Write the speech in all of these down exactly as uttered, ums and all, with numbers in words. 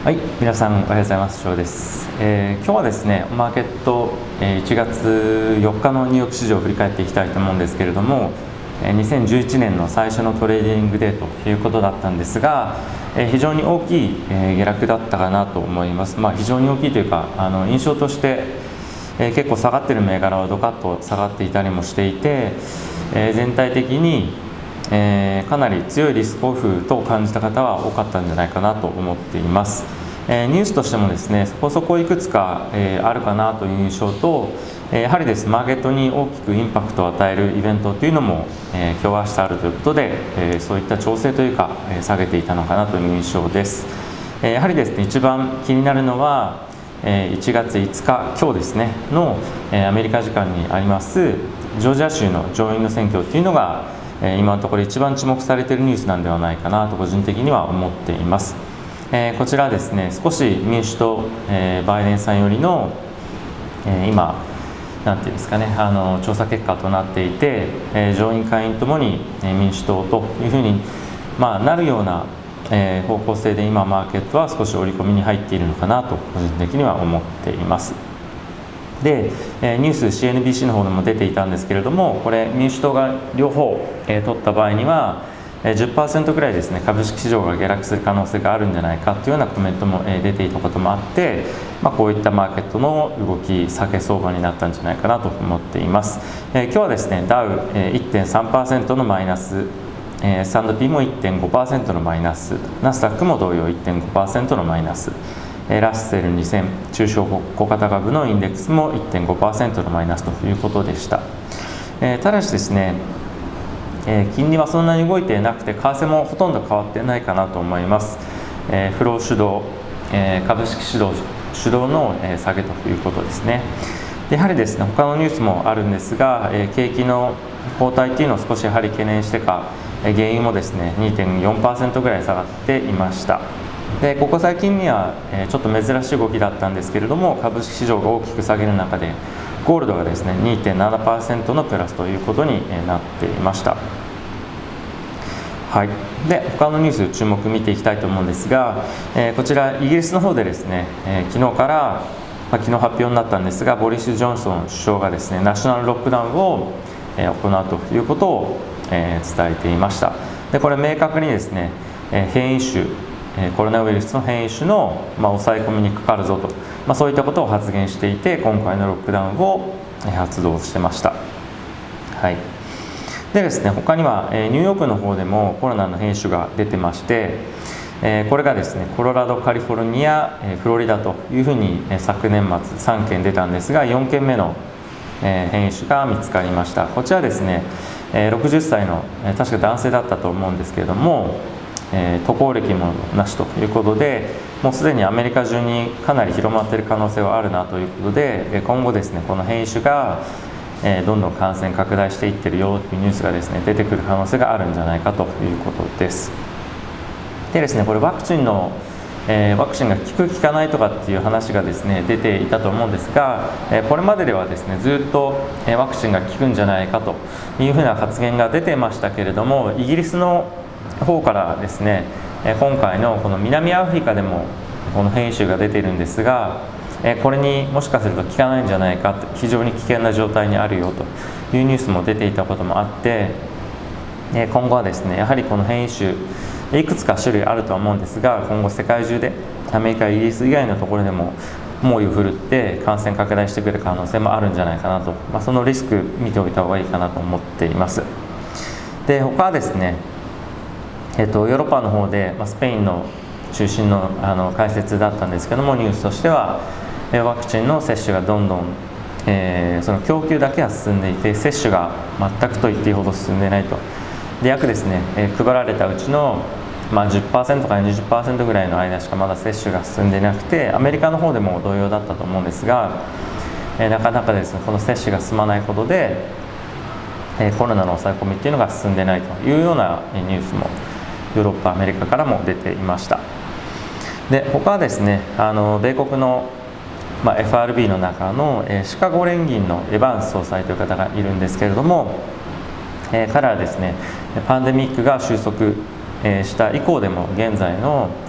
はい、皆さんおはようございます。翔です、えー、今日はですね、マーケット、えー、いちがつよっかのニューヨーク市場を振り返っていきたいと思うんですけれども、えー、にせんじゅういちねんの最初のトレーディングデーということだったんですが、えー、非常に大きい、えー、下落だったかなと思います。まあ、非常に大きいというか、あの印象として、えー、結構下がっている銘柄はドカッと下がっていたりもしていて、えー、全体的にえー、かなり強いリスクオフと感じた方は多かったんじゃないかなと思っています。えー、ニュースとしてもですね、そこそこいくつか、えー、あるかなという印象と、えー、やはりですね、マーケットに大きくインパクトを与えるイベントというのも、えー、今日明日あるということで、えー、そういった調整というか、えー、下げていたのかなという印象です。えー、やはりですね、一番気になるのは、えー、いちがついつか、今日ですねの、えー、アメリカ時間にありますジョージア州の上院の選挙というのが今のところ一番注目されているニュースなんではないかなと個人的には思っています。えー、こちらですね、少し民主党、えー、バイデンさんよりの、えー、今なんていうんですかね、あの調査結果となっていて、えー、上院下院ともに、えー、民主党というふうに、まあ、なるような、えー、方向性で今マーケットは少し織り込みに入っているのかなと個人的には思っています。でニュース シーエヌビーシー の方でも出ていたんですけれども、これ民主党が両方、えー、取った場合には じゅっパーセント ぐらいですね、株式市場が下落する可能性があるんじゃないかというようなコメントも、えー、出ていたこともあって、まあ、こういったマーケットの動き下げ相場になったんじゃないかなと思っています。えー、今日はですねダウ、えー、いってんさんパーセント のマイナス、えー、エスアンドピー も いってんごパーセント のマイナス、ナスダックも同様 いってんごパーセント のマイナス、ラッセルにせん中小小型株のインデックスも いってんごパーセント のマイナスということでした。えー、ただしですね、えー、金利はそんなに動いていなくて為替もほとんど変わってないかなと思います。えー、フロー主導、えー、株式主導主導の、えー、下げということですね。でやはりですね、他のニュースもあるんですが、えー、景気の後退というのを少しやはり懸念してか、えー、原油もですね にてんよんパーセント ぐらい下がっていました。でここ最近には、えー、ちょっと珍しい動きだったんですけれども、株式市場が大きく下げる中でゴールドがですね にてんななパーセント のプラスということになっていました。はい、で他のニュース注目見ていきたいと思うんですが、えー、こちらイギリスの方でですね、えー、昨日から、まあ、昨日発表になったんですが、ボリス・ジョンソン首相がですねナショナルロックダウンを、えー、行うということを、えー、伝えていました。でこれ明確にですね、えー、変異種コロナウイルスの変異種の、まあ、抑え込みにかかるぞと、まあ、そういったことを発言していて、今回のロックダウンを発動してました。はい、でですね、他にはニューヨークの方でもコロナの変異種が出てまして、これがですねコロラド、カリフォルニア、フロリダというふうに昨年末さんけん出たんですが、よんけんめの変異種が見つかりました。こちらですねろくじゅっさいの確か男性だったと思うんですけれども、えー、渡航歴もなしということで、もうすでにアメリカ中にかなり広まっている可能性はあるなということで、今後ですねこの変異種が、えー、どんどん感染拡大していってるよというニュースがですね出てくる可能性があるんじゃないかということです。でですね、これワクチンの、えー、ワクチンが効く効かないとかっていう話がですね出ていたと思うんですが、えー、これまでではですねずっと、えー、ワクチンが効くんじゃないかというふうな発言が出てましたけれども、イギリスの方からですね、今回のこの南アフリカでもこの変異種が出ているんですが、これにもしかすると効かないんじゃないかと、非常に危険な状態にあるよというニュースも出ていたこともあって、今後はですねやはりこの変異種いくつか種類あるとは思うんですが、今後世界中でアメリカ、イギリス以外のところでも猛威を振るって感染拡大してくる可能性もあるんじゃないかなと、まあ、そのリスク見ておいた方がいいかなと思っています。で他はですね、えっと、ヨーロッパの方で、まあ、スペインの中心 の, あの解説だったんですけども、ニュースとしてはワクチンの接種がどんどん、えー、その供給だけは進んでいて、接種が全くと言っていいほど進んでいないと。で約ですね、えー、配られたうちの、まあ、じゅっパーセント から にじゅっパーセント ぐらいの間しかまだ接種が進んでいなくて、アメリカの方でも同様だったと思うんですが、えー、なかなかですねこの接種が進まないことで、えー、コロナの抑え込みっていうのが進んでいないというようなニュースもヨーロッパ、アメリカからも出ていました。で他はですね、あの米国の、まあ、エフアールビー の中の、えー、シカゴ連銀のエバンス総裁という方がいるんですけれども、えー、彼はですねパンデミックが収束、えー、した以降でも現在の、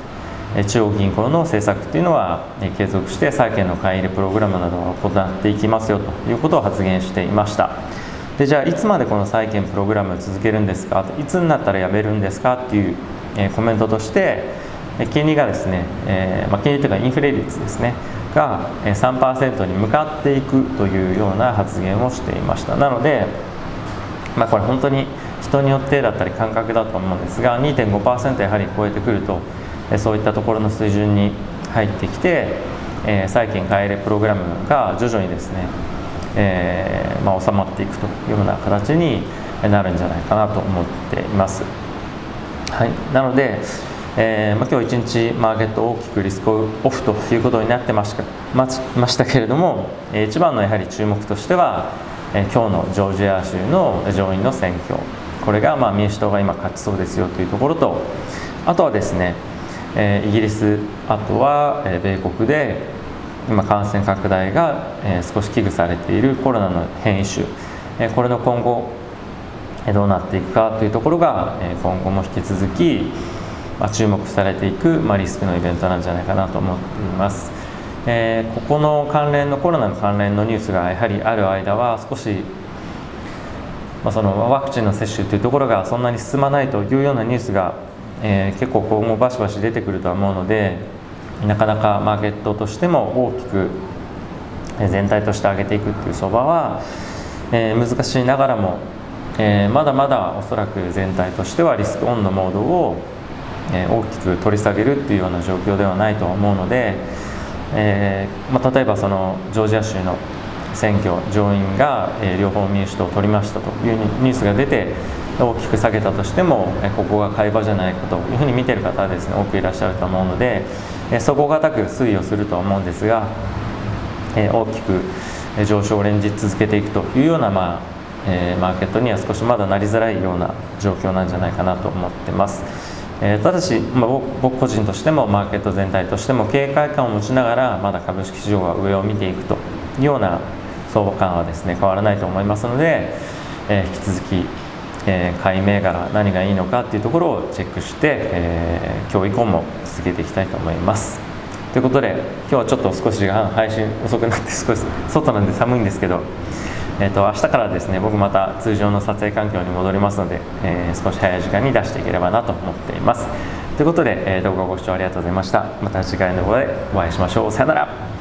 中央銀行の政策というのは継続して債券の買い入れプログラムなどを行っていきますよということを発言していました。でじゃあいつまでこの債券プログラムを続けるんですか、いつになったらやめるんですかっていうコメントとして、金利がですね、えーまあ、金利というかインフレ率ですねが さんパーセント に向かっていくというような発言をしていました。なので、まあ、これ本当に人によってだったり感覚だと思うんですが にてんごパーセント やはり超えてくるとそういったところの水準に入ってきて、えー、債券買い入れプログラムが徐々にですね、えーまあ、収まっていくというような形になるんじゃないかなと思っています。はい、なので、えーまあ、今日一日マーケット大きくリスクオフということになってました、ましたけれども、えー、一番のやはり注目としては、えー、今日のジョージア州の上院の選挙、これがまあ民主党が今勝ちそうですよというところと、あとはですね、えー、イギリス、あとは、えー、米国で今感染拡大が、えー、少し危惧されているコロナの変異種、えー、これの今後どうなっていくかというところが、えー、今後も引き続き、まあ、注目されていく、まあ、リスクのイベントなんじゃないかなと思っています。えー、ここの関連のコロナの関連のニュースがやはりある間は少し、まあ、そのワクチンの接種というところがそんなに進まないというようなニュースが、えー、結構今後バシバシ出てくるとは思うので、なかなかマーケットとしても大きく全体として上げていくという相場は、えー、難しいながらも、えー、まだまだおそらく全体としてはリスクオンのモードを、えー、大きく取り下げるというような状況ではないと思うので、えーまあ、例えばそのジョージア州の選挙上院が、えー、両方民主党を取りましたというニュースが出て大きく下げたとしても、えー、ここが買い場じゃないかというふうに見ている方はですね多くいらっしゃると思うので、えー、底堅く推移をすると思うんですが、えー、大きく上昇を連日続けていくというような、まあえー、マーケットには少しまだなりづらいような状況なんじゃないかなと思ってます。えー、ただし、まあ、僕個人としてもマーケット全体としても警戒感を持ちながらまだ株式市場は上を見ていくというような相場感はですね変わらないと思いますので、えー、引き続き、えー、買い銘柄何がいいのかというところをチェックして、えー、今日以降も続けていきたいと思います。ということで今日はちょっと少し時間配信遅くなって少し外なんで寒いんですけど、えー、と明日からですね僕また通常の撮影環境に戻りますので、えー、少し早い時間に出していければなと思っています。ということで、えー、動画をご視聴ありがとうございました。また次回の動画でお会いしましょう。さよなら。